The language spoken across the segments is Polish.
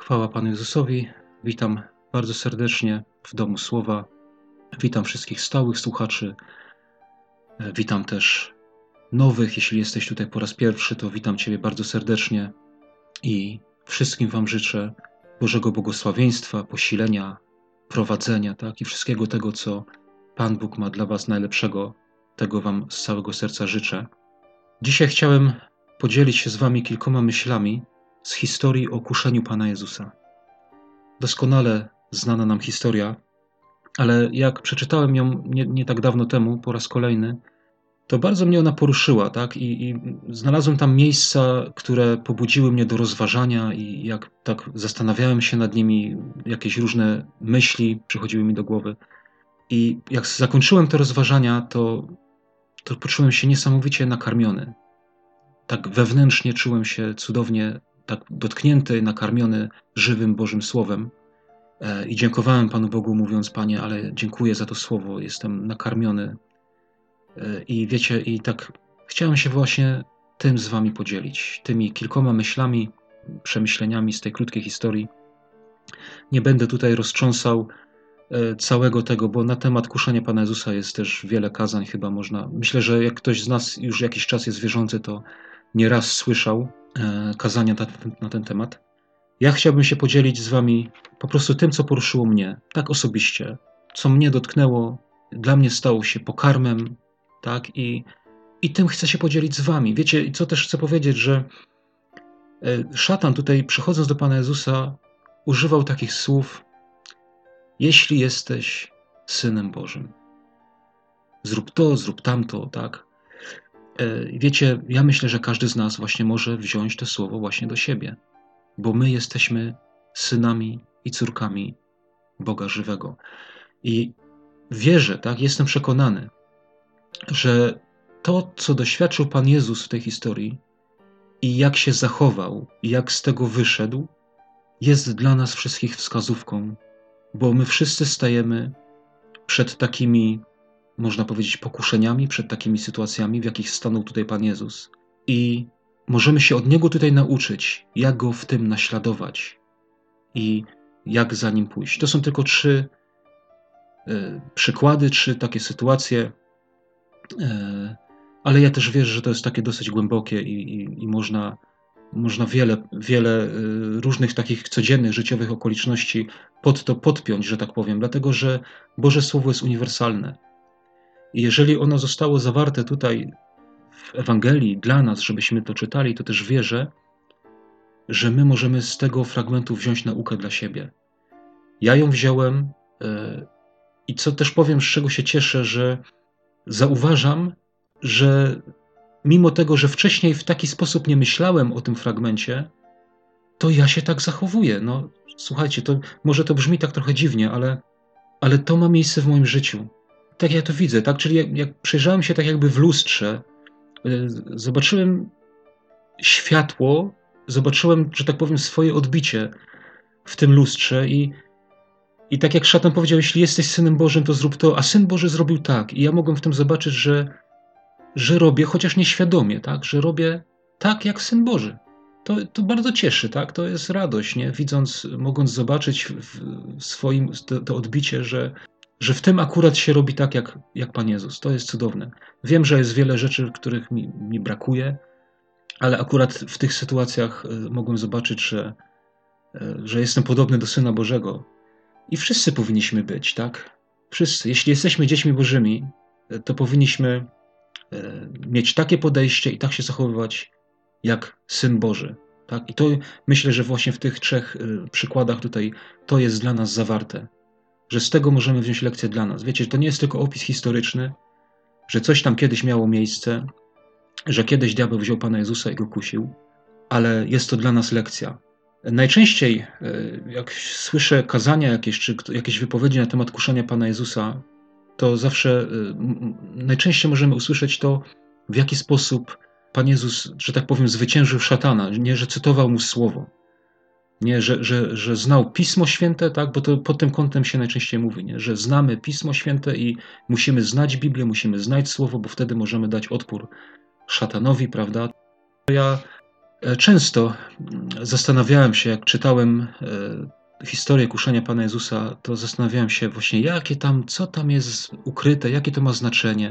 Chwała Panu Jezusowi. Witam bardzo serdecznie w Domu Słowa. Witam wszystkich stałych słuchaczy. Witam też nowych. Jeśli jesteś tutaj po raz pierwszy, to witam Ciebie bardzo serdecznie i wszystkim Wam życzę Bożego błogosławieństwa, posilenia, prowadzenia, tak? I wszystkiego tego, co Pan Bóg ma dla Was najlepszego. Tego Wam z całego serca życzę. Dzisiaj chciałem podzielić się z Wami kilkoma myślami z historii o kuszeniu Pana Jezusa. Doskonale znana nam historia, ale jak przeczytałem ją nie tak dawno temu, po raz kolejny, to bardzo mnie ona poruszyła, tak? I znalazłem tam miejsca, które pobudziły mnie do rozważania i jak tak zastanawiałem się nad nimi, jakieś różne myśli przychodziły mi do głowy. I jak zakończyłem te rozważania, to poczułem się niesamowicie nakarmiony. Tak wewnętrznie czułem się cudownie, tak dotknięty, nakarmiony żywym Bożym Słowem. I dziękowałem Panu Bogu, mówiąc: Panie, ale dziękuję za to słowo, jestem nakarmiony. I wiecie, i tak chciałem się właśnie tym z Wami podzielić, tymi kilkoma myślami, przemyśleniami z tej krótkiej historii. Nie będę tutaj roztrząsał całego tego, bo na temat kuszenia Pana Jezusa jest też wiele kazań, chyba można. Myślę, że jak ktoś z nas już jakiś czas jest wierzący, to nieraz słyszał kazania na ten temat. Ja chciałbym się podzielić z Wami po prostu tym, co poruszyło mnie, tak osobiście, co mnie dotknęło, dla mnie stało się pokarmem, tak, i tym chcę się podzielić z Wami. Wiecie, i co też chcę powiedzieć, że szatan tutaj, przychodząc do Pana Jezusa, używał takich słów: jeśli jesteś Synem Bożym, zrób to, zrób tamto, tak. Wiecie, ja myślę, że każdy z nas właśnie może wziąć to słowo właśnie do siebie, bo my jesteśmy synami i córkami Boga żywego. I wierzę, tak, jestem przekonany, że to, co doświadczył Pan Jezus w tej historii i jak się zachował, i jak z tego wyszedł, jest dla nas wszystkich wskazówką, bo my wszyscy stajemy przed takimi, można powiedzieć, pokuszeniami, przed takimi sytuacjami, w jakich stanął tutaj Pan Jezus. I możemy się od Niego tutaj nauczyć, jak Go w tym naśladować i jak za Nim pójść. To są tylko trzy przykłady, trzy takie sytuacje, ale ja też wierzę, że to jest takie dosyć głębokie i można wiele różnych takich codziennych, życiowych okoliczności pod to podpiąć, że tak powiem, dlatego że Boże Słowo jest uniwersalne. I jeżeli ono zostało zawarte tutaj w Ewangelii dla nas, żebyśmy to czytali, to też wierzę, że my możemy z tego fragmentu wziąć naukę dla siebie. Ja ją wziąłem i co też powiem, z czego się cieszę, że zauważam, że mimo tego, że wcześniej w taki sposób nie myślałem o tym fragmencie, to ja się tak zachowuję. No, słuchajcie, to może to brzmi tak trochę dziwnie, ale to ma miejsce w moim życiu. Tak ja to widzę, tak? Czyli jak przejrzałem się tak jakby w lustrze, zobaczyłem światło, zobaczyłem, że tak powiem, swoje odbicie w tym lustrze i tak jak szatan powiedział: jeśli jesteś Synem Bożym, to zrób to, a Syn Boży zrobił tak. I ja mogłem w tym zobaczyć, że robię, chociaż nieświadomie, tak? Że robię tak, jak Syn Boży. To bardzo cieszy, tak? To jest radość, nie? Mogąc zobaczyć w swoim to odbicie, że w tym akurat się robi tak, jak Pan Jezus. To jest cudowne. Wiem, że jest wiele rzeczy, których mi brakuje, ale akurat w tych sytuacjach mogłem zobaczyć, że jestem podobny do Syna Bożego. I wszyscy powinniśmy być, tak? Wszyscy. Jeśli jesteśmy dziećmi Bożymi, to powinniśmy mieć takie podejście i tak się zachowywać jak Syn Boży. Tak? I to myślę, że właśnie w tych trzech przykładach tutaj to jest dla nas zawarte, że z tego możemy wziąć lekcję dla nas. Wiecie, to nie jest tylko opis historyczny, że coś tam kiedyś miało miejsce, że kiedyś diabeł wziął Pana Jezusa i go kusił, ale jest to dla nas lekcja. Najczęściej, jak słyszę kazania jakieś, czy jakieś wypowiedzi na temat kuszenia Pana Jezusa, to zawsze najczęściej możemy usłyszeć to, w jaki sposób Pan Jezus, że tak powiem, zwyciężył szatana, nie, że cytował mu słowo, nie, że znał Pismo Święte, tak, bo to pod tym kątem się najczęściej mówi, nie, że znamy Pismo Święte i musimy znać Biblię, musimy znać Słowo, bo wtedy możemy dać odpór szatanowi, prawda? Ja Często zastanawiałem się, jak czytałem historię kuszenia Pana Jezusa, to zastanawiałem się właśnie, co tam jest ukryte, jakie to ma znaczenie.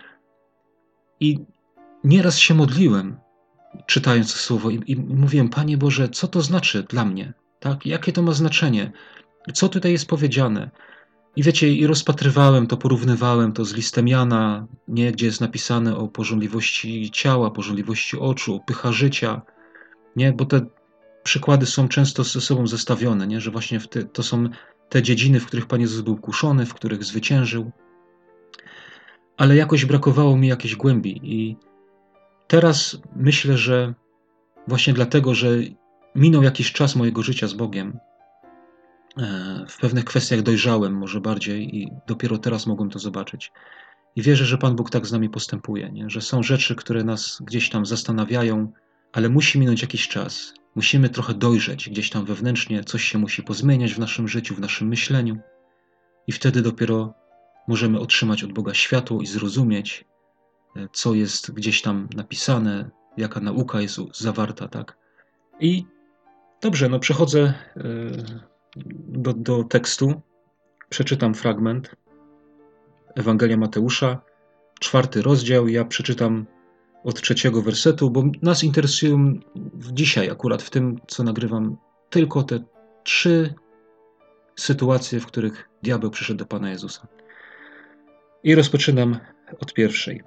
I nieraz się modliłem, czytając to słowo, i mówiłem: Panie Boże, co to znaczy dla mnie? Tak? Jakie to ma znaczenie? Co tutaj jest powiedziane? I wiecie, i rozpatrywałem to, porównywałem to z listem Jana, nie, gdzie jest napisane o pożądliwości ciała, pożądliwości oczu, pycha życia, nie, bo te przykłady są często ze sobą zestawione, nie, że właśnie to są te dziedziny, w których Pan Jezus był kuszony, w których zwyciężył, ale jakoś brakowało mi jakiejś głębi i teraz myślę, że właśnie dlatego, że minął jakiś czas mojego życia z Bogiem, w pewnych kwestiach dojrzałem może bardziej i dopiero teraz mogłem to zobaczyć. I wierzę, że Pan Bóg tak z nami postępuje, nie? Że są rzeczy, które nas gdzieś tam zastanawiają, ale musi minąć jakiś czas. Musimy trochę dojrzeć gdzieś tam wewnętrznie, coś się musi pozmieniać w naszym życiu, w naszym myśleniu i wtedy dopiero możemy otrzymać od Boga światło i zrozumieć, co jest gdzieś tam napisane, jaka nauka jest zawarta, tak? I dobrze, no przechodzę do tekstu. Przeczytam fragment Ewangelia Mateusza, 4 rozdział. Ja przeczytam od 3 wersetu, bo nas interesują dzisiaj, akurat w tym, co nagrywam, tylko te 3 sytuacje, w których diabeł przyszedł do Pana Jezusa. I rozpoczynam od 1.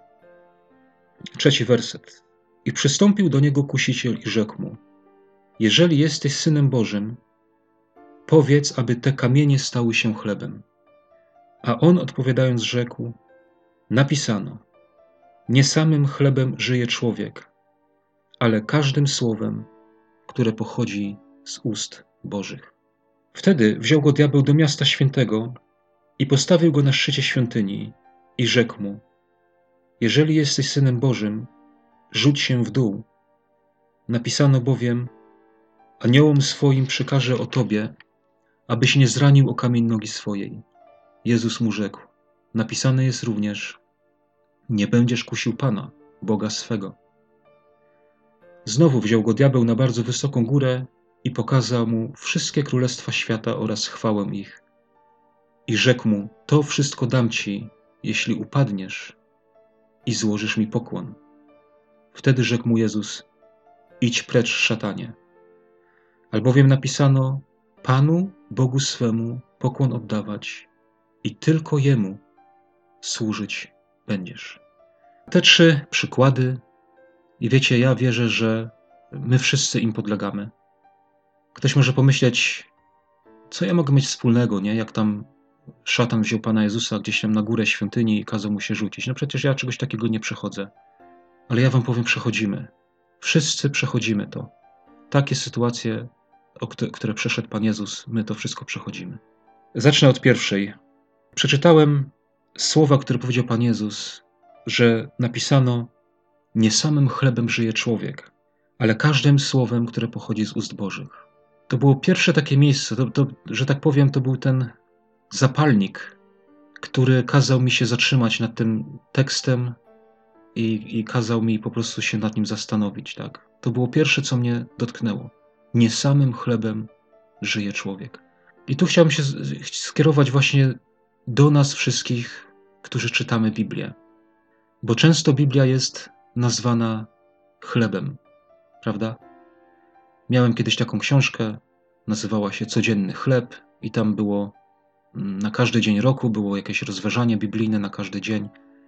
3 werset. I przystąpił do niego kusiciel i rzekł mu: jeżeli jesteś Synem Bożym, powiedz, aby te kamienie stały się chlebem. A on odpowiadając rzekł: napisano, nie samym chlebem żyje człowiek, ale każdym słowem, które pochodzi z ust Bożych. Wtedy wziął go diabeł do miasta świętego i postawił go na szczycie świątyni i rzekł mu: jeżeli jesteś Synem Bożym, rzuć się w dół. Napisano bowiem: aniołom swoim przykaże o tobie, abyś nie zranił o kamień nogi swojej. Jezus mu rzekł: napisane jest również: nie będziesz kusił Pana, Boga swego. Znowu wziął go diabeł na bardzo wysoką górę i pokazał mu wszystkie królestwa świata oraz chwałę ich. I rzekł mu: to wszystko dam ci, jeśli upadniesz i złożysz mi pokłon. Wtedy rzekł mu Jezus: idź precz, szatanie. Albowiem napisano: Panu, Bogu swemu, pokłon oddawać i tylko Jemu służyć będziesz. Te 3 przykłady, i wiecie, ja wierzę, że my wszyscy im podlegamy. Ktoś może pomyśleć, co ja mogę mieć wspólnego, nie? Jak tam szatan wziął Pana Jezusa gdzieś tam na górę świątyni i kazał mu się rzucić. No przecież ja czegoś takiego nie przechodzę. Ale ja wam powiem, przechodzimy. Wszyscy przechodzimy to. Takie sytuacje, które przeszedł Pan Jezus, my to wszystko przechodzimy. Zacznę od 1. Przeczytałem słowa, które powiedział Pan Jezus, że napisano: nie samym chlebem żyje człowiek, ale każdym słowem, które pochodzi z ust Bożych. To było pierwsze takie miejsce, że tak powiem, to był ten zapalnik, który kazał mi się zatrzymać nad tym tekstem i kazał mi po prostu się nad nim zastanowić. Tak? To było pierwsze, co mnie dotknęło. Nie samym chlebem żyje człowiek. I tu chciałbym się skierować właśnie do nas wszystkich, którzy czytamy Biblię. Bo często Biblia jest nazwana chlebem, prawda? Miałem kiedyś taką książkę, nazywała się Codzienny chleb i tam było na każdy dzień roku było jakieś rozważanie biblijne na każdy dzień.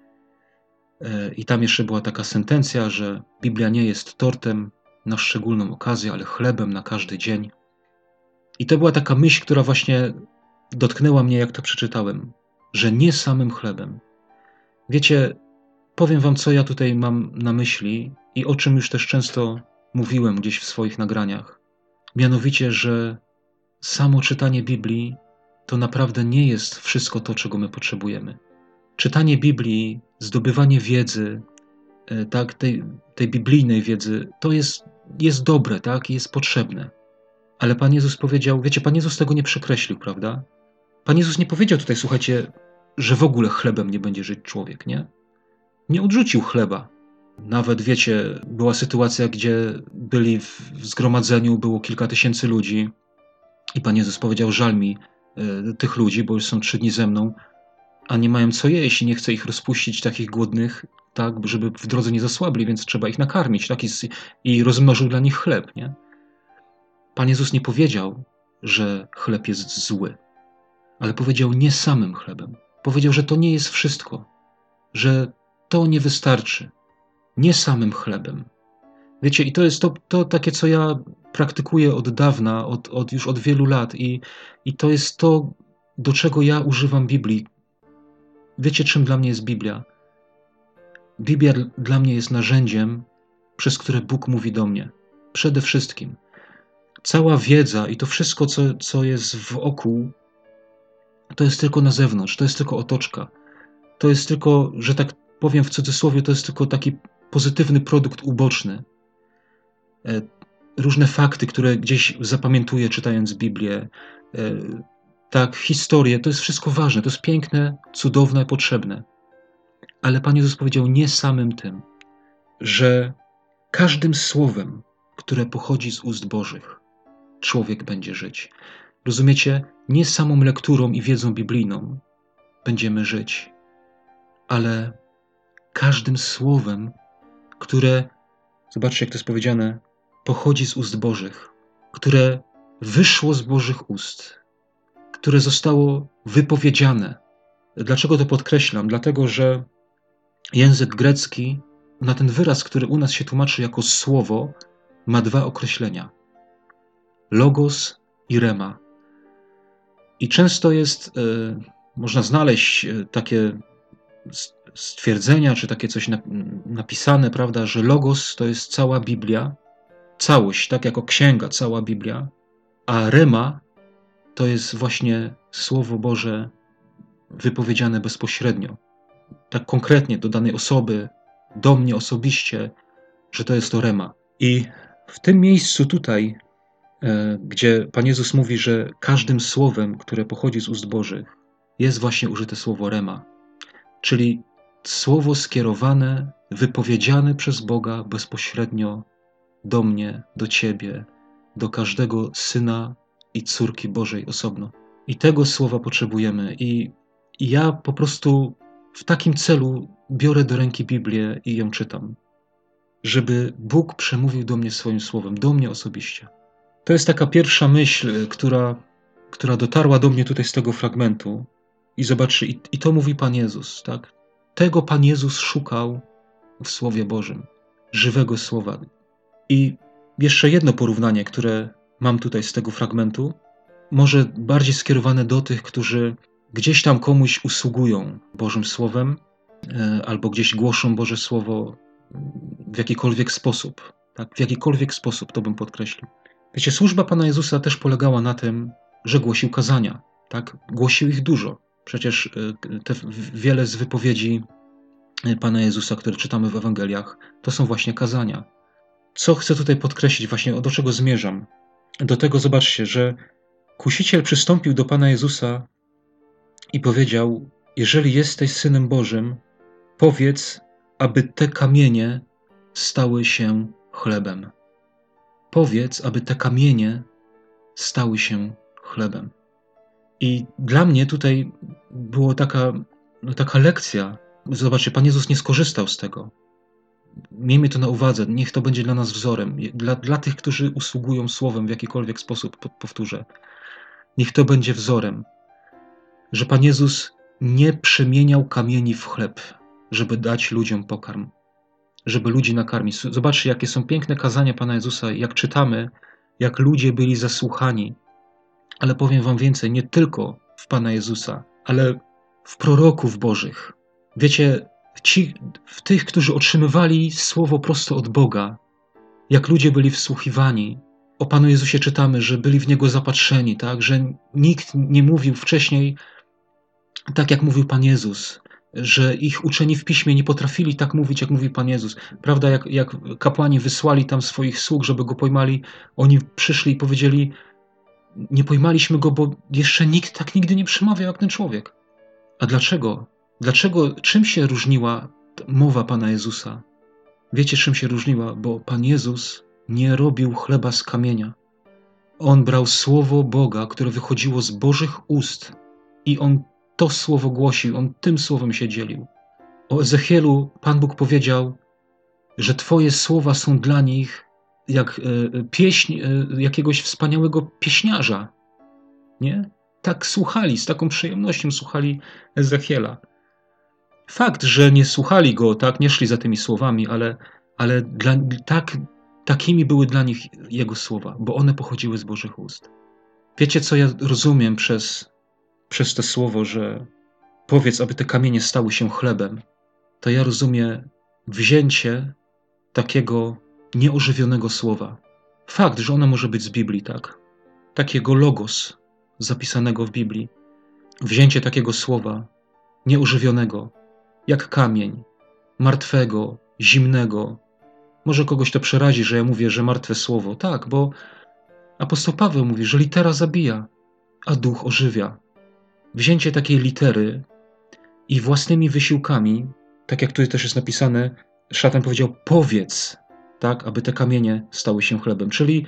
I tam jeszcze była taka sentencja, że Biblia nie jest tortem na szczególną okazję, ale chlebem na każdy dzień. I to była taka myśl, która właśnie dotknęła mnie, jak to przeczytałem, że nie samym chlebem. Wiecie, powiem wam, co ja tutaj mam na myśli i o czym już też często mówiłem gdzieś w swoich nagraniach. Mianowicie, że samo czytanie Biblii to naprawdę nie jest wszystko to, czego my potrzebujemy. Czytanie Biblii, zdobywanie wiedzy, tak, tej biblijnej wiedzy, to jest dobre, tak, jest potrzebne. Ale Pan Jezus powiedział, wiecie, Pan Jezus tego nie przekreślił, prawda? Pan Jezus nie powiedział tutaj, słuchajcie, że w ogóle chlebem nie będzie żyć człowiek, nie? Nie odrzucił chleba. Nawet, wiecie, była sytuacja, gdzie byli w zgromadzeniu, było kilka tysięcy ludzi i Pan Jezus powiedział: żal mi tych ludzi, bo już są 3 dni ze mną, a nie mają co jeść i nie chcę ich rozpuścić takich głodnych, tak, żeby w drodze nie zasłabli, więc trzeba ich nakarmić, tak, i rozmnożył dla nich chleb, nie? Pan Jezus nie powiedział, że chleb jest zły, ale powiedział: nie samym chlebem. Powiedział, że to nie jest wszystko, że to nie wystarczy. Nie samym chlebem. Wiecie, i to jest to takie, co ja praktykuję od dawna, już od wielu lat i to jest to, do czego ja używam Biblii. Wiecie, czym dla mnie jest Biblia? Biblia dla mnie jest narzędziem, przez które Bóg mówi do mnie. Przede wszystkim. Cała wiedza i to wszystko, co jest wokół, to jest tylko na zewnątrz, to jest tylko otoczka. To jest tylko, że tak powiem w cudzysłowie, to jest tylko taki pozytywny produkt uboczny. Różne fakty, które gdzieś zapamiętuję czytając Biblię, tak, historię, to jest wszystko ważne, to jest piękne, cudowne, potrzebne. Ale Pan Jezus powiedział nie samym tym, że każdym słowem, które pochodzi z ust Bożych, człowiek będzie żyć. Rozumiecie? Nie samą lekturą i wiedzą biblijną będziemy żyć, ale każdym słowem, które, zobaczcie jak to jest powiedziane, pochodzi z ust Bożych, które wyszło z Bożych ust, które zostało wypowiedziane. Dlaczego to podkreślam? Dlatego, że język grecki na ten wyraz, który u nas się tłumaczy jako słowo, ma 2 określenia. Logos i rema. I często jest, można znaleźć takie stwierdzenia, czy takie coś napisane, prawda, że logos to jest cała Biblia, całość, tak jako księga, cała Biblia, a rema to jest właśnie Słowo Boże wypowiedziane bezpośrednio, tak konkretnie do danej osoby, do mnie osobiście, że to jest to rema. I w tym miejscu tutaj, gdzie Pan Jezus mówi, że każdym słowem, które pochodzi z ust Bożych, jest właśnie użyte słowo rema, czyli słowo skierowane, wypowiedziane przez Boga bezpośrednio do mnie, do ciebie, do każdego syna i córki Bożej osobno. I tego słowa potrzebujemy. I ja po prostu w takim celu biorę do ręki Biblię i ją czytam, żeby Bóg przemówił do mnie swoim słowem, do mnie osobiście. To jest taka pierwsza myśl, która dotarła do mnie tutaj z tego fragmentu. I zobaczcie, i to mówi Pan Jezus, tak? Tego Pan Jezus szukał w Słowie Bożym, żywego słowa. I jeszcze jedno porównanie, które mam tutaj z tego fragmentu, może bardziej skierowane do tych, którzy gdzieś tam komuś usługują Bożym Słowem, albo gdzieś głoszą Boże Słowo w jakikolwiek sposób. Tak? W jakikolwiek sposób, to bym podkreślił. Wiecie, służba Pana Jezusa też polegała na tym, że głosił kazania. Tak? Głosił ich dużo. Przecież wiele z wypowiedzi Pana Jezusa, które czytamy w Ewangeliach, to są właśnie kazania. Co chcę tutaj podkreślić, właśnie do czego zmierzam? Do tego, zobaczcie, że kusiciel przystąpił do Pana Jezusa i powiedział: jeżeli jesteś Synem Bożym, powiedz, aby te kamienie stały się chlebem. Powiedz, aby te kamienie stały się chlebem. I dla mnie tutaj była taka lekcja. Zobaczcie, Pan Jezus nie skorzystał z tego. Miejmy to na uwadze, niech to będzie dla nas wzorem. Dla tych, którzy usługują Słowem w jakikolwiek sposób, powtórzę. Niech to będzie wzorem, że Pan Jezus nie przemieniał kamieni w chleb, żeby dać ludziom pokarm, żeby ludzi nakarmić. Zobaczcie, jakie są piękne kazania Pana Jezusa, jak czytamy, jak ludzie byli zasłuchani. Ale powiem wam więcej, nie tylko w Pana Jezusa, ale w proroków Bożych. Wiecie, w tych, którzy otrzymywali słowo prosto od Boga, jak ludzie byli wsłuchiwani. O Panu Jezusie czytamy, że byli w Niego zapatrzeni, tak? Że nikt nie mówił wcześniej tak, jak mówił Pan Jezus, że ich uczeni w Piśmie nie potrafili tak mówić, jak mówi Pan Jezus. Prawda, jak kapłani wysłali tam swoich sług, żeby Go pojmali, oni przyszli i powiedzieli: nie pojmaliśmy Go, bo jeszcze nikt tak nigdy nie przemawiał jak ten człowiek. A dlaczego? Czym się różniła mowa Pana Jezusa? Wiecie, czym się różniła? Bo Pan Jezus nie robił chleba z kamienia. On brał słowo Boga, które wychodziło z Bożych ust i On to słowo głosił, On tym słowem się dzielił. O Ezechielu Pan Bóg powiedział, że Twoje słowa są dla nich jak pieśń jakiegoś wspaniałego pieśniarza. Nie? Tak słuchali, z taką przyjemnością słuchali Ezechiela. Fakt, że nie słuchali go, tak, nie szli za tymi słowami, ale takimi były dla nich jego słowa, bo one pochodziły z Bożych ust. Wiecie, co ja rozumiem przez to słowo, że powiedz, aby te kamienie stały się chlebem? To ja rozumiem wzięcie takiego nieożywionego słowa. Fakt, że ono może być z Biblii, tak? Takiego logos zapisanego w Biblii. Wzięcie takiego słowa nieożywionego, jak kamień, martwego, zimnego. Może kogoś to przerazi, że ja mówię, że martwe słowo. Tak, bo apostoł Paweł mówi, że litera zabija, a duch ożywia. Wzięcie takiej litery i własnymi wysiłkami, tak jak tutaj też jest napisane, szatan powiedział, powiedz, tak, aby te kamienie stały się chlebem. Czyli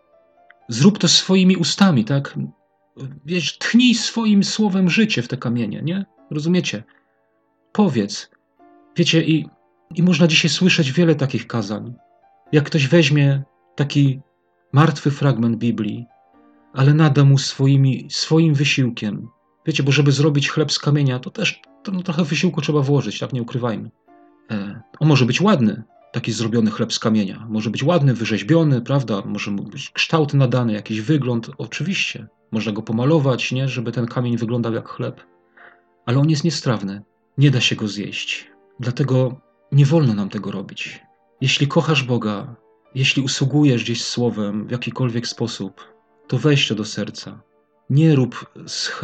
zrób to swoimi ustami, tak? Wiesz, tchnij swoim słowem życie w te kamienie, nie? Rozumiecie? Powiedz. Wiecie, i można dzisiaj słyszeć wiele takich kazań. Jak ktoś weźmie taki martwy fragment Biblii, ale nada mu swoim wysiłkiem. Wiecie, bo żeby zrobić chleb z kamienia, to też trochę wysiłku trzeba włożyć, tak, nie ukrywajmy. On może być ładny, taki zrobiony chleb z kamienia. Może być ładny, wyrzeźbiony, prawda? Może mu być kształt nadany, jakiś wygląd. Oczywiście. Można go pomalować, nie? Żeby ten kamień wyglądał jak chleb. Ale on jest niestrawny. Nie da się go zjeść. Dlatego nie wolno nam tego robić. Jeśli kochasz Boga, jeśli usługujesz gdzieś słowem w jakikolwiek sposób, to weź to do serca. Nie rób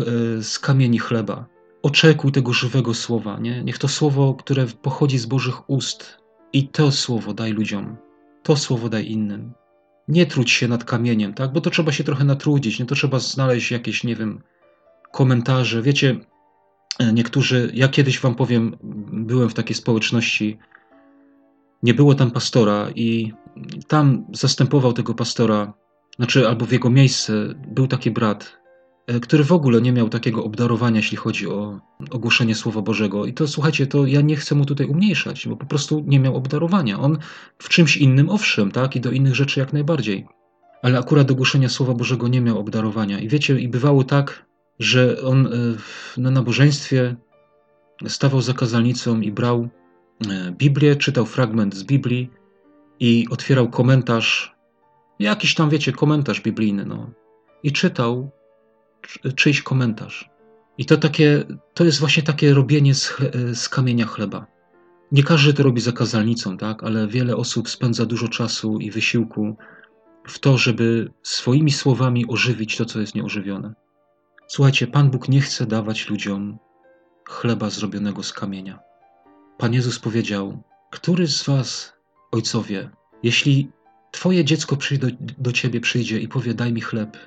z kamieni chleba. Oczekuj tego żywego słowa, nie? Niech to słowo, które pochodzi z Bożych ust, i to słowo daj ludziom, to słowo daj innym. Nie trudź się nad kamieniem, tak? Bo to trzeba się trochę natrudzić, nie? To trzeba znaleźć jakieś, nie wiem, komentarze. Wiecie, niektórzy, ja kiedyś wam powiem, byłem w takiej społeczności, nie było tam pastora i tam zastępował tego pastora, znaczy albo w jego miejsce był taki brat, który w ogóle nie miał takiego obdarowania, jeśli chodzi o ogłoszenie Słowa Bożego. I to, słuchajcie, to ja nie chcę mu tutaj umniejszać, bo po prostu nie miał obdarowania. On w czymś innym, owszem, tak, i do innych rzeczy jak najbardziej. Ale akurat do głoszenia Słowa Bożego nie miał obdarowania. I wiecie, i bywało tak, że on na nabożeństwie stawał za kazalnicą i brał Biblię, czytał fragment z Biblii i otwierał komentarz, jakiś tam, wiecie, komentarz biblijny, no. I czytał czyjś komentarz. I to jest właśnie takie robienie z kamienia chleba. Nie każdy to robi za kazalnicą, tak? Ale wiele osób spędza dużo czasu i wysiłku w to, żeby swoimi słowami ożywić to, co jest nieożywione. Słuchajcie, Pan Bóg nie chce dawać ludziom chleba zrobionego z kamienia. Pan Jezus powiedział, który z was, ojcowie, jeśli twoje dziecko do ciebie przyjdzie i powie, daj mi chleb,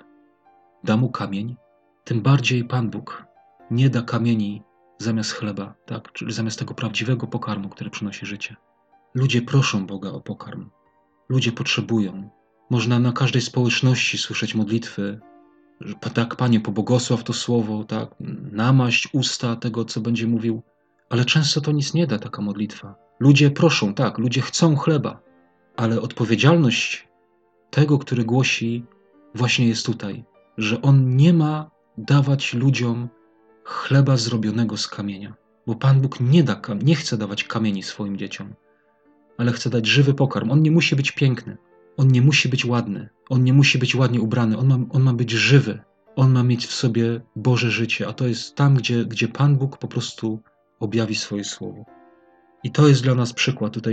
da mu kamień? Tym bardziej Pan Bóg nie da kamieni zamiast chleba, tak? Czyli zamiast tego prawdziwego pokarmu, który przynosi życie. Ludzie proszą Boga o pokarm. Ludzie potrzebują. Można na każdej społeczności słyszeć modlitwy, że tak, Panie, pobłogosław to słowo, tak, namaść usta tego, co będzie mówił, ale często to nic nie da, taka modlitwa. Ludzie proszą, tak, ludzie chcą chleba, ale odpowiedzialność tego, który głosi, właśnie jest tutaj, że on nie ma dawać ludziom chleba zrobionego z kamienia, bo Pan Bóg nie chce dawać kamieni swoim dzieciom, ale chce dać żywy pokarm. On nie musi być piękny, on nie musi być ładny, on nie musi być ładnie ubrany, on ma być żywy, on ma mieć w sobie Boże życie, a to jest tam, gdzie Pan Bóg po prostu objawi swoje słowo. I to jest dla nas przykład. Tutaj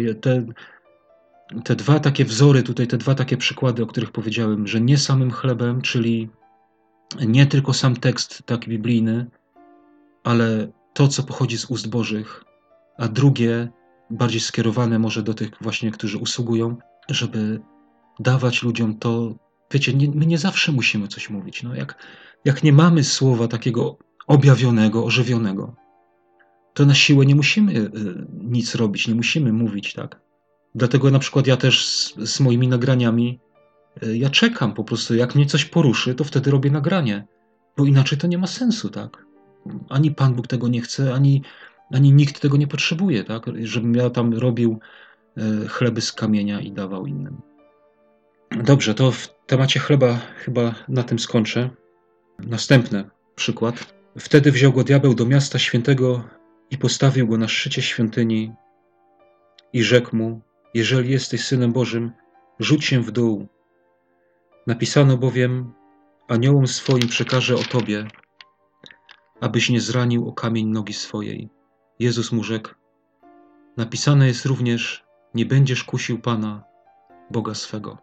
te dwa takie wzory, tutaj te dwa takie przykłady, o których powiedziałem, że nie samym chlebem, czyli nie tylko sam tekst taki biblijny, ale to, co pochodzi z ust Bożych, a drugie, bardziej skierowane może do tych właśnie, którzy usługują, żeby dawać ludziom to, wiecie, my nie zawsze musimy coś mówić. No, jak nie mamy słowa takiego objawionego, ożywionego, to na siłę nie musimy nic robić, nie musimy mówić, tak? Dlatego na przykład ja też z moimi nagraniami, ja czekam po prostu, jak mnie coś poruszy, to wtedy robię nagranie, bo inaczej to nie ma sensu, tak? Ani Pan Bóg tego nie chce, ani nikt tego nie potrzebuje, tak? Żebym ja tam robił chleby z kamienia i dawał innym. Dobrze, to w temacie chleba chyba na tym skończę. Następny przykład. Wtedy wziął go diabeł do miasta świętego i postawił go na szczycie świątyni i rzekł mu: jeżeli jesteś Synem Bożym, rzuć się w dół. Napisano bowiem: aniołom swoim przekaże o tobie, abyś nie zranił o kamień nogi swojej. Jezus mu rzekł: napisane jest również: nie będziesz kusił Pana, Boga swego.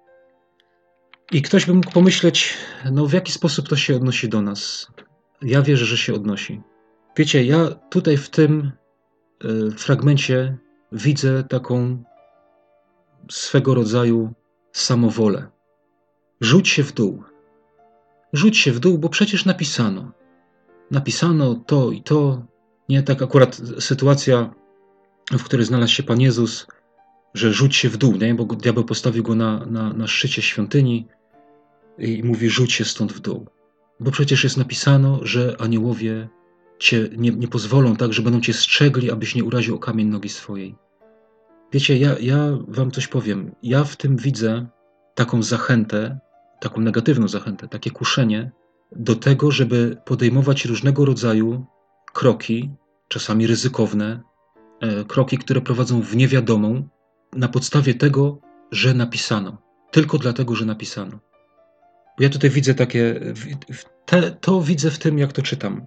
I ktoś by mógł pomyśleć, no w jaki sposób to się odnosi do nas. Ja wierzę, że się odnosi. Wiecie, ja tutaj w tym fragmencie widzę taką swego rodzaju samowolę. Rzuć się w dół. Rzuć się w dół, bo przecież napisano. Napisano to i to. Nie tak akurat sytuacja, w której znalazł się Pan Jezus, że rzuć się w dół, nie? Bo diabeł postawił go na szczycie świątyni i mówi: rzuć się stąd w dół. Bo przecież jest napisano, że aniołowie cię nie pozwolą tak, że będą cię strzegli, abyś nie uraził o kamień nogi swojej. Wiecie, ja wam coś powiem. Ja w tym widzę taką zachętę, taką negatywną zachętę, takie kuszenie do tego, żeby podejmować różnego rodzaju kroki, czasami ryzykowne, kroki, które prowadzą w niewiadomą, na podstawie tego, że napisano. Tylko dlatego, że napisano. Bo ja tutaj widzę takie, to widzę w tym, jak to czytam.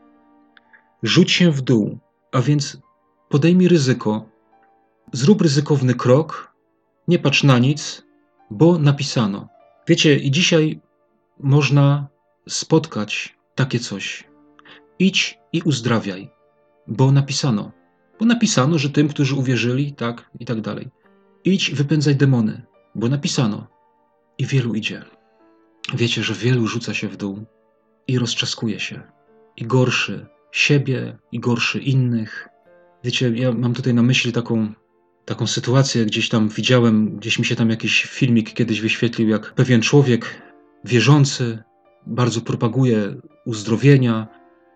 Rzuć się w dół, a więc podejmij ryzyko, zrób ryzykowny krok, nie patrz na nic, bo napisano. Wiecie, i dzisiaj można spotkać takie coś. Idź i uzdrawiaj, bo napisano. Bo napisano, że tym, którzy uwierzyli, tak i tak dalej. Idź, wypędzaj demony, bo napisano. I wielu idzie. Wiecie, że wielu rzuca się w dół i roztrzaskuje się. I gorszy siebie, i gorszy innych. Wiecie, ja mam tutaj na myśli taką sytuację, gdzieś tam widziałem, gdzieś mi się tam jakiś filmik kiedyś wyświetlił, jak pewien człowiek wierzący bardzo propaguje uzdrowienia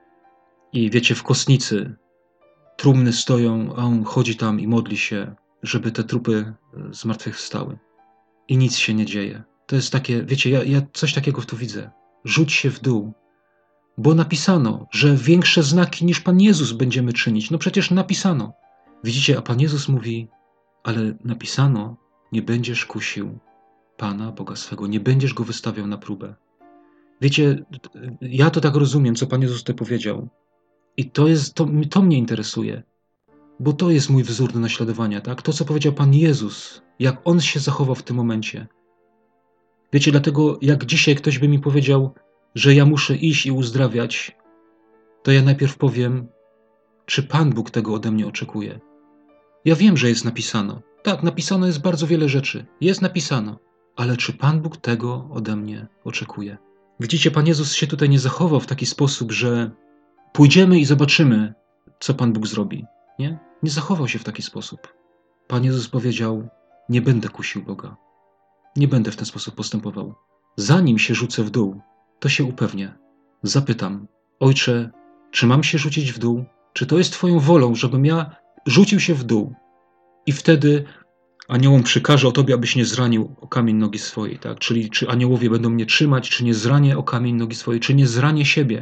i wiecie, w kostnicy trumny stoją, a on chodzi tam i modli się, żeby te trupy zmartwychwstały. I nic się nie dzieje. To jest takie, wiecie, ja coś takiego tu widzę. Rzuć się w dół, bo napisano, że większe znaki niż Pan Jezus będziemy czynić. No przecież napisano. Widzicie, a Pan Jezus mówi, ale napisano, nie będziesz kusił Pana, Boga swego, nie będziesz Go wystawiał na próbę. Wiecie, ja to tak rozumiem, co Pan Jezus tutaj powiedział. I to mnie interesuje, bo to jest mój wzór do naśladowania, tak? To, co powiedział Pan Jezus, jak On się zachował w tym momencie. Wiecie, dlatego jak dzisiaj ktoś by mi powiedział, że ja muszę iść i uzdrawiać, to ja najpierw powiem, czy Pan Bóg tego ode mnie oczekuje. Ja wiem, że jest napisano. Tak, napisano jest bardzo wiele rzeczy. Jest napisano. Ale czy Pan Bóg tego ode mnie oczekuje? Widzicie, Pan Jezus się tutaj nie zachował w taki sposób, że pójdziemy i zobaczymy, co Pan Bóg zrobi. Nie? Nie zachował się w taki sposób. Pan Jezus powiedział, nie będę kusił Boga. Nie będę w ten sposób postępował. Zanim się rzucę w dół, to się upewnię. Zapytam, Ojcze, czy mam się rzucić w dół? Czy to jest Twoją wolą, żebym ja rzucił się w dół? I wtedy aniołom przykaże o Tobie, abyś nie zranił o kamień nogi swojej. Tak? Czyli czy aniołowie będą mnie trzymać, czy nie zranię o kamień nogi swojej, czy nie zranię siebie,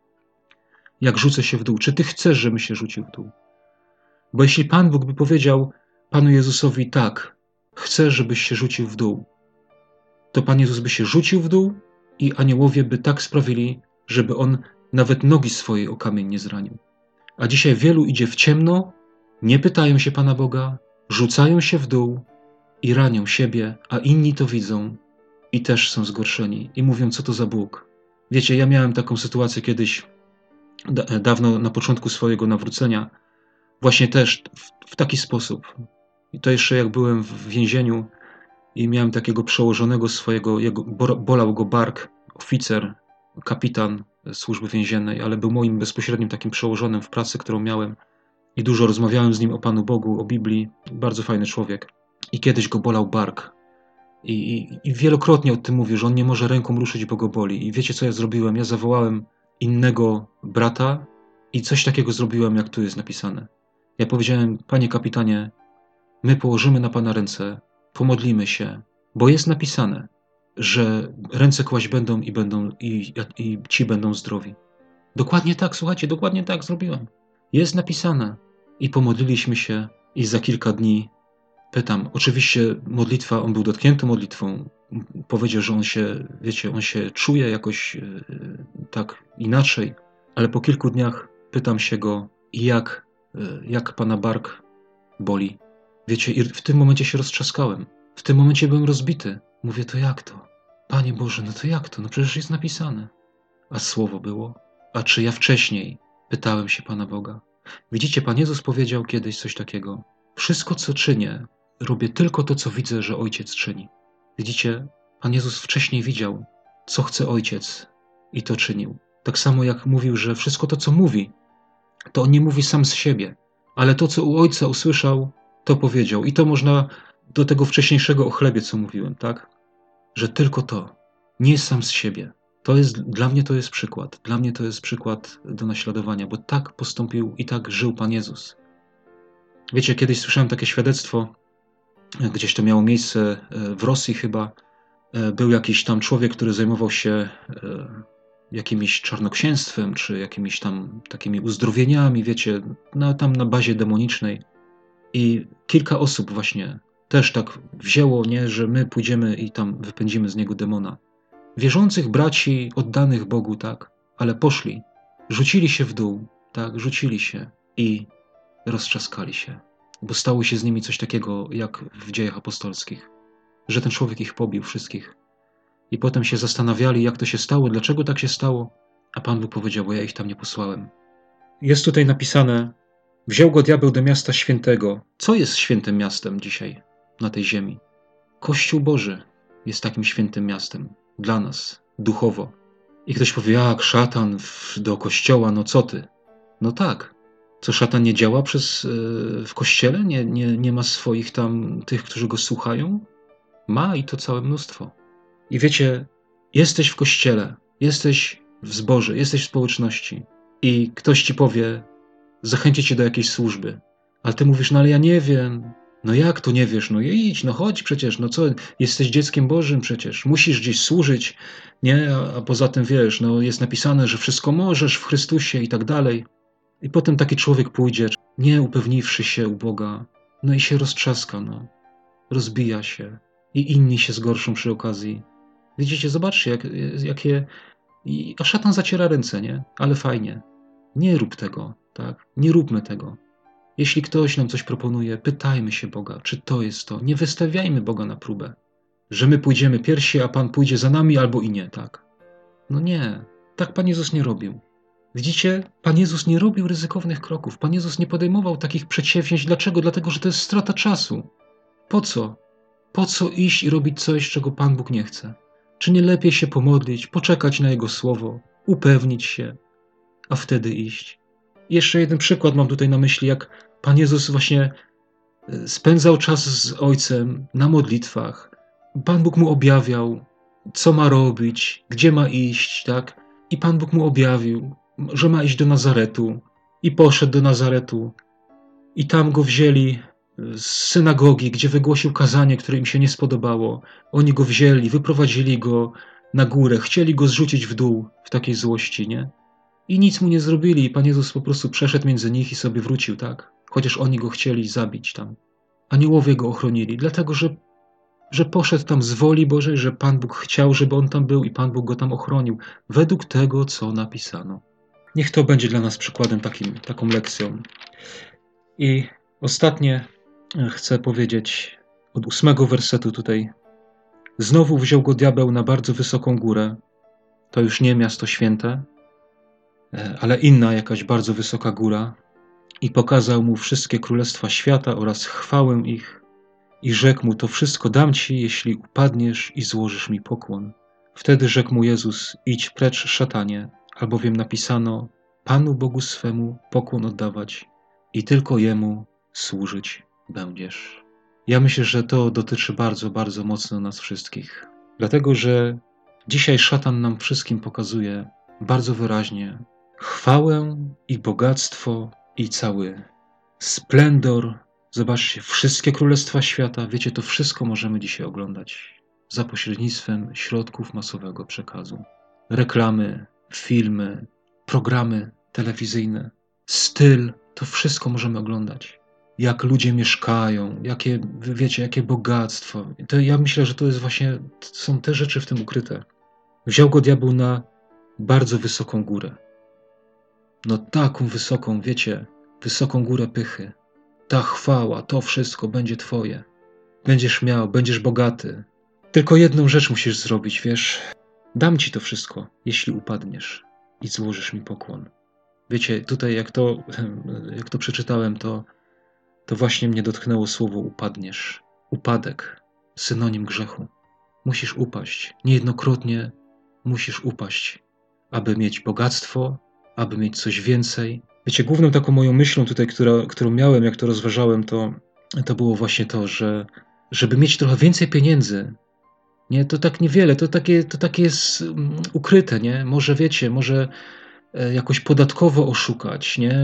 jak rzucę się w dół. Czy Ty chcesz, żebym się rzucił w dół? Bo jeśli Pan Bóg by powiedział Panu Jezusowi, tak, chcę, żebyś się rzucił w dół, to Pan Jezus by się rzucił w dół i aniołowie by tak sprawili, żeby On nawet nogi swojej o kamień nie zranił. A dzisiaj wielu idzie w ciemno, nie pytają się Pana Boga, rzucają się w dół i ranią siebie, a inni to widzą i też są zgorszeni i mówią, co to za Bóg. Wiecie, ja miałem taką sytuację kiedyś, dawno na początku swojego nawrócenia, właśnie też w taki sposób. I to jeszcze jak byłem w więzieniu i miałem takiego przełożonego swojego, bolał go bark, oficer, kapitan służby więziennej, ale był moim bezpośrednim takim przełożonym w pracy, którą miałem. i dużo rozmawiałem z nim o Panu Bogu, o Biblii. Bardzo fajny człowiek. I kiedyś go bolał bark. I wielokrotnie o tym mówił, że on nie może ręką ruszyć, bo go boli. I wiecie, co ja zrobiłem? Ja zawołałem innego brata i coś takiego zrobiłem, jak tu jest napisane. Ja powiedziałem: panie kapitanie, my położymy na Pana ręce, pomodlimy się, bo jest napisane, że ręce kłaść będą i ci będą zdrowi. Dokładnie tak, słuchajcie, dokładnie tak zrobiłem. Jest napisane. I pomodliliśmy się i za kilka dni pytam, oczywiście modlitwa, on był dotknięty modlitwą, powiedział, że on się, wiecie, on się czuje jakoś tak inaczej, ale po kilku dniach pytam się go, jak Pana bark boli. Wiecie, i w tym momencie się roztrzaskałem. W tym momencie byłem rozbity. Mówię, to jak to? Panie Boże, no to jak to? No przecież jest napisane. A słowo było. A czy ja wcześniej pytałem się Pana Boga? Widzicie, Pan Jezus powiedział kiedyś coś takiego. Wszystko, co czynię, robię tylko to, co widzę, że Ojciec czyni. Widzicie, Pan Jezus wcześniej widział, co chce Ojciec i to czynił. Tak samo jak mówił, że wszystko to, co mówi, to On nie mówi sam z siebie, ale to, co u Ojca usłyszał, to powiedział. I to można do tego wcześniejszego o chlebie, co mówiłem, tak? Że tylko to, nie sam z siebie. Dla mnie to jest przykład. Dla mnie to jest przykład do naśladowania, bo tak postąpił i tak żył Pan Jezus. Wiecie, kiedyś słyszałem takie świadectwo, gdzieś to miało miejsce w Rosji chyba. Był jakiś tam człowiek, który zajmował się jakimś czarnoksięstwem, czy jakimiś tam takimi uzdrowieniami, wiecie, tam na bazie demonicznej. I kilka osób właśnie też tak wzięło, nie, że my pójdziemy i tam wypędzimy z niego demona. Wierzących braci, oddanych Bogu, tak, ale poszli, rzucili się w dół, tak, rzucili się i roztrzaskali się, bo stało się z nimi coś takiego, jak w Dziejach Apostolskich, że ten człowiek ich pobił wszystkich. I potem się zastanawiali, jak to się stało, dlaczego tak się stało, a Pan Bóg powiedział, bo ja ich tam nie posłałem. Jest tutaj napisane, wziął go diabeł do miasta świętego. Co jest świętym miastem dzisiaj na tej ziemi? Kościół Boży jest takim świętym miastem dla nas, duchowo. I ktoś powie, jak szatan do kościoła, no co ty? No tak. Co, szatan nie działa w kościele? Nie ma swoich tam, tych, którzy go słuchają? Ma i to całe mnóstwo. I wiecie, jesteś w kościele, jesteś w zborze, jesteś w społeczności i ktoś ci powie, zachęci cię do jakiejś służby, ale ty mówisz, no ale ja nie wiem. No jak to nie wiesz? No idź, no chodź przecież, no co, jesteś dzieckiem Bożym przecież, musisz gdzieś służyć, nie? A poza tym wiesz, no jest napisane, że wszystko możesz w Chrystusie i tak dalej. I potem taki człowiek pójdzie, nie upewniwszy się u Boga, no i się roztrzaska, no. Rozbija się i inni się zgorszą przy okazji. Widzicie, zobaczcie, jakie... A szatan zaciera ręce, nie? Ale fajnie. Nie rób tego, tak? Nie róbmy tego. Jeśli ktoś nam coś proponuje, pytajmy się Boga, czy to jest to. Nie wystawiajmy Boga na próbę, że my pójdziemy pierwsi, a Pan pójdzie za nami albo i nie, tak? No nie, tak Pan Jezus nie robił. Widzicie, Pan Jezus nie robił ryzykownych kroków. Pan Jezus nie podejmował takich przedsięwzięć. Dlaczego? Dlatego, że to jest strata czasu. Po co? Po co iść i robić coś, czego Pan Bóg nie chce? Czy nie lepiej się pomodlić, poczekać na Jego słowo, upewnić się, a wtedy iść? Jeszcze jeden przykład mam tutaj na myśli, jak Pan Jezus właśnie spędzał czas z Ojcem na modlitwach. Pan Bóg mu objawiał, co ma robić, gdzie ma iść, tak? I Pan Bóg mu objawił, że ma iść do Nazaretu. I poszedł do Nazaretu. I tam go wzięli z synagogi, gdzie wygłosił kazanie, które im się nie spodobało. Oni go wzięli, wyprowadzili go na górę, chcieli go zrzucić w dół w takiej złości, nie? I nic mu nie zrobili. Pan Jezus po prostu przeszedł między nich i sobie wrócił, tak? Chociaż oni go chcieli zabić tam. Aniołowie go ochronili, dlatego że poszedł tam z woli Bożej, że Pan Bóg chciał, żeby on tam był i Pan Bóg go tam ochronił. Według tego, co napisano. Niech to będzie dla nas przykładem taką lekcją. I ostatnie chcę powiedzieć od 8 wersetu tutaj. Znowu wziął go diabeł na bardzo wysoką górę. To już nie miasto święte, ale inna jakaś bardzo wysoka góra. I pokazał mu wszystkie królestwa świata oraz chwałę ich. I rzekł mu, to wszystko dam ci, jeśli upadniesz i złożysz mi pokłon. Wtedy rzekł mu Jezus, idź precz, szatanie, albowiem napisano, Panu Bogu swemu pokłon oddawać i tylko Jemu służyć będziesz. Ja myślę, że to dotyczy bardzo, bardzo mocno nas wszystkich. Dlatego, że dzisiaj szatan nam wszystkim pokazuje bardzo wyraźnie chwałę i bogactwo i cały splendor. Zobaczcie, wszystkie królestwa świata, wiecie, to wszystko możemy dzisiaj oglądać za pośrednictwem środków masowego przekazu. Reklamy, filmy, programy telewizyjne, styl, to wszystko możemy oglądać. Jak ludzie mieszkają, jakie, wiecie, jakie bogactwo. To ja myślę, że to jest właśnie, są te rzeczy w tym ukryte. Wziął go diabeł na bardzo wysoką górę. No taką wysoką, wiecie, wysoką górę pychy. Ta chwała, to wszystko będzie twoje. Będziesz miał, będziesz bogaty. Tylko jedną rzecz musisz zrobić, wiesz? Dam ci to wszystko, jeśli upadniesz i złożysz mi pokłon. Wiecie, tutaj jak to przeczytałem, to właśnie mnie dotknęło słowo upadniesz. Upadek, synonim grzechu. Musisz upaść. Niejednokrotnie musisz upaść, aby mieć bogactwo, aby mieć coś więcej. Wiecie, główną taką moją myślą tutaj, którą miałem, jak to rozważałem, to było właśnie to, że żeby mieć trochę więcej pieniędzy, nie, to tak niewiele, to takie jest ukryte, nie? Może wiecie, może jakoś podatkowo oszukać, nie?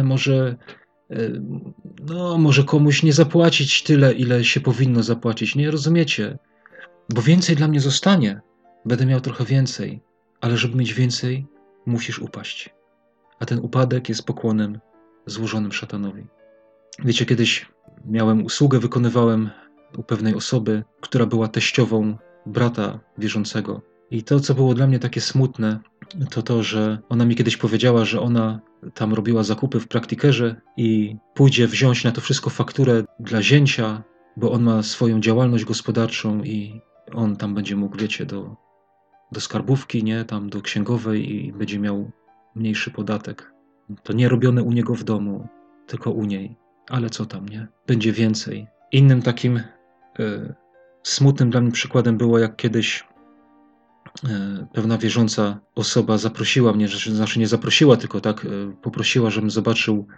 Może komuś nie zapłacić tyle, ile się powinno zapłacić, nie? Rozumiecie? Bo więcej dla mnie zostanie. Będę miał trochę więcej, ale żeby mieć więcej, musisz upaść. A ten upadek jest pokłonem złożonym szatanowi. Wiecie, kiedyś wykonywałem u pewnej osoby, która była teściową brata wierzącego. I to, co było dla mnie takie smutne, to, że ona mi kiedyś powiedziała, że ona tam robiła zakupy w Praktikerze i pójdzie wziąć na to wszystko fakturę dla zięcia, bo on ma swoją działalność gospodarczą i on tam będzie mógł, wiecie, do skarbówki, nie, tam do księgowej i będzie miał mniejszy podatek. To nie robione u niego w domu, tylko u niej. Ale co tam, nie? Będzie więcej. Innym takim smutnym dla mnie przykładem było, jak kiedyś pewna wierząca osoba zaprosiła mnie, znaczy nie zaprosiła, tylko tak poprosiła, żebym zobaczył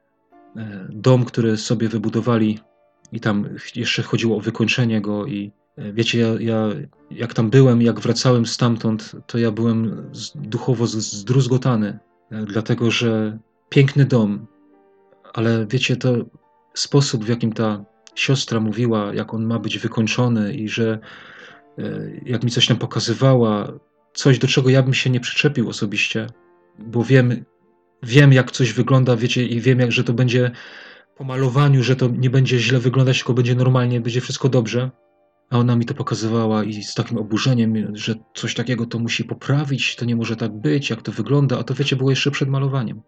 dom, który sobie wybudowali i tam jeszcze chodziło o wykończenie go i wiecie, ja jak tam byłem, jak wracałem stamtąd, to ja byłem duchowo zdruzgotany, dlatego że piękny dom, ale wiecie, to sposób, w jakim ta siostra mówiła, jak on ma być wykończony i że jak mi coś tam pokazywała, coś, do czego ja bym się nie przyczepił osobiście, bo wiem jak coś wygląda, wiecie, i wiem, że to będzie po malowaniu, że to nie będzie źle wyglądać, tylko będzie normalnie, będzie wszystko dobrze. A ona mi to pokazywała i z takim oburzeniem, że coś takiego to musi poprawić, to nie może tak być, jak to wygląda, a to wiecie, było jeszcze przed malowaniem.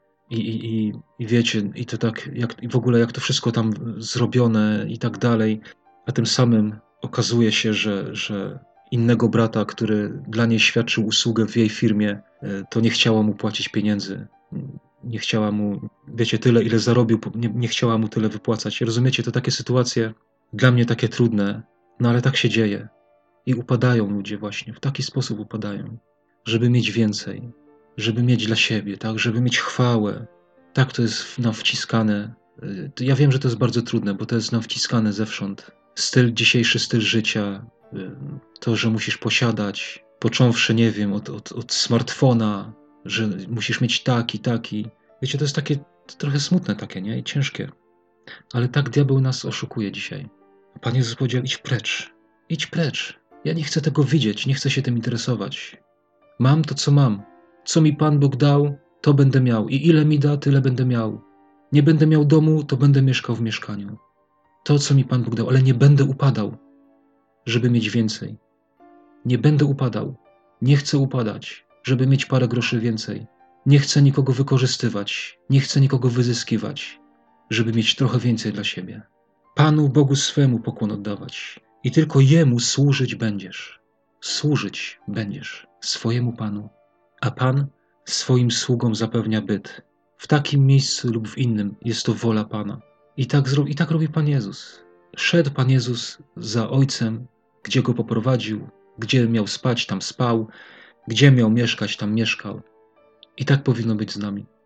I wiecie, i to tak, i w ogóle jak to wszystko tam zrobione i tak dalej, a tym samym okazuje się, że innego brata, który dla niej świadczył usługę w jej firmie, to nie chciała mu płacić pieniędzy. Nie chciała mu, wiecie, tyle, ile zarobił, nie chciała mu tyle wypłacać. Rozumiecie, to takie sytuacje dla mnie takie trudne, no ale tak się dzieje. I upadają ludzie właśnie, w taki sposób upadają, żeby mieć więcej, żeby mieć dla siebie, tak, żeby mieć chwałę. Tak to jest nam wciskane. Ja wiem, że to jest bardzo trudne, bo to jest nam wciskane zewsząd. Dzisiejszy styl życia, to, że musisz posiadać, począwszy, nie wiem, od smartfona, że musisz mieć taki. Wiecie, to jest takie trochę smutne takie, nie? I ciężkie. Ale tak diabeł nas oszukuje dzisiaj. A Pan Jezus powiedział, idź precz. Ja nie chcę tego widzieć, nie chcę się tym interesować. Mam to, co mam. Co mi Pan Bóg dał, to będę miał. I ile mi da, tyle będę miał. Nie będę miał domu, to będę mieszkał w mieszkaniu. To, co mi Pan Bóg dał, ale nie będę upadał, żeby mieć więcej. Nie będę upadał. Nie chcę upadać, żeby mieć parę groszy więcej. Nie chcę nikogo wykorzystywać. Nie chcę nikogo wyzyskiwać, żeby mieć trochę więcej dla siebie. Panu Bogu swemu pokłon oddawać. I tylko Jemu służyć będziesz. Służyć będziesz swojemu Panu. A Pan swoim sługom zapewnia byt. W takim miejscu lub w innym jest to wola Pana. I tak robi Pan Jezus. Szedł Pan Jezus za Ojcem, gdzie Go poprowadził, gdzie miał spać, tam spał, gdzie miał mieszkać, tam mieszkał. I tak powinno być z nami.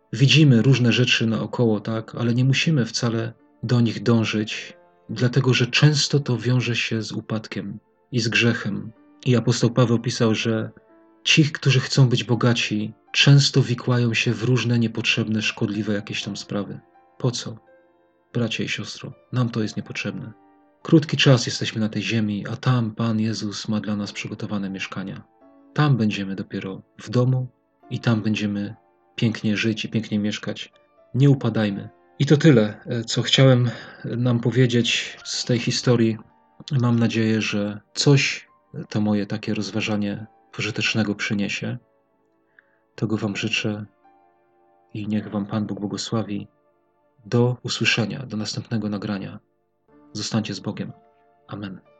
widzimy różne rzeczy naokoło, tak, ale nie musimy wcale do nich dążyć, dlatego że często to wiąże się z upadkiem i z grzechem. I apostoł Paweł pisał, że ci, którzy chcą być bogaci, często wikłają się w różne niepotrzebne, szkodliwe jakieś tam sprawy. Po co? Bracie i siostro, nam to jest niepotrzebne. Krótki czas jesteśmy na tej ziemi, a tam Pan Jezus ma dla nas przygotowane mieszkania. Tam będziemy dopiero w domu i tam będziemy pięknie żyć i pięknie mieszkać. Nie upadajmy. I to tyle, co chciałem nam powiedzieć z tej historii. Mam nadzieję, że coś to moje takie rozważanie pożytecznego przyniesie. Tego Wam życzę i niech Wam Pan Bóg błogosławi. Do usłyszenia, do następnego nagrania. Zostańcie z Bogiem. Amen.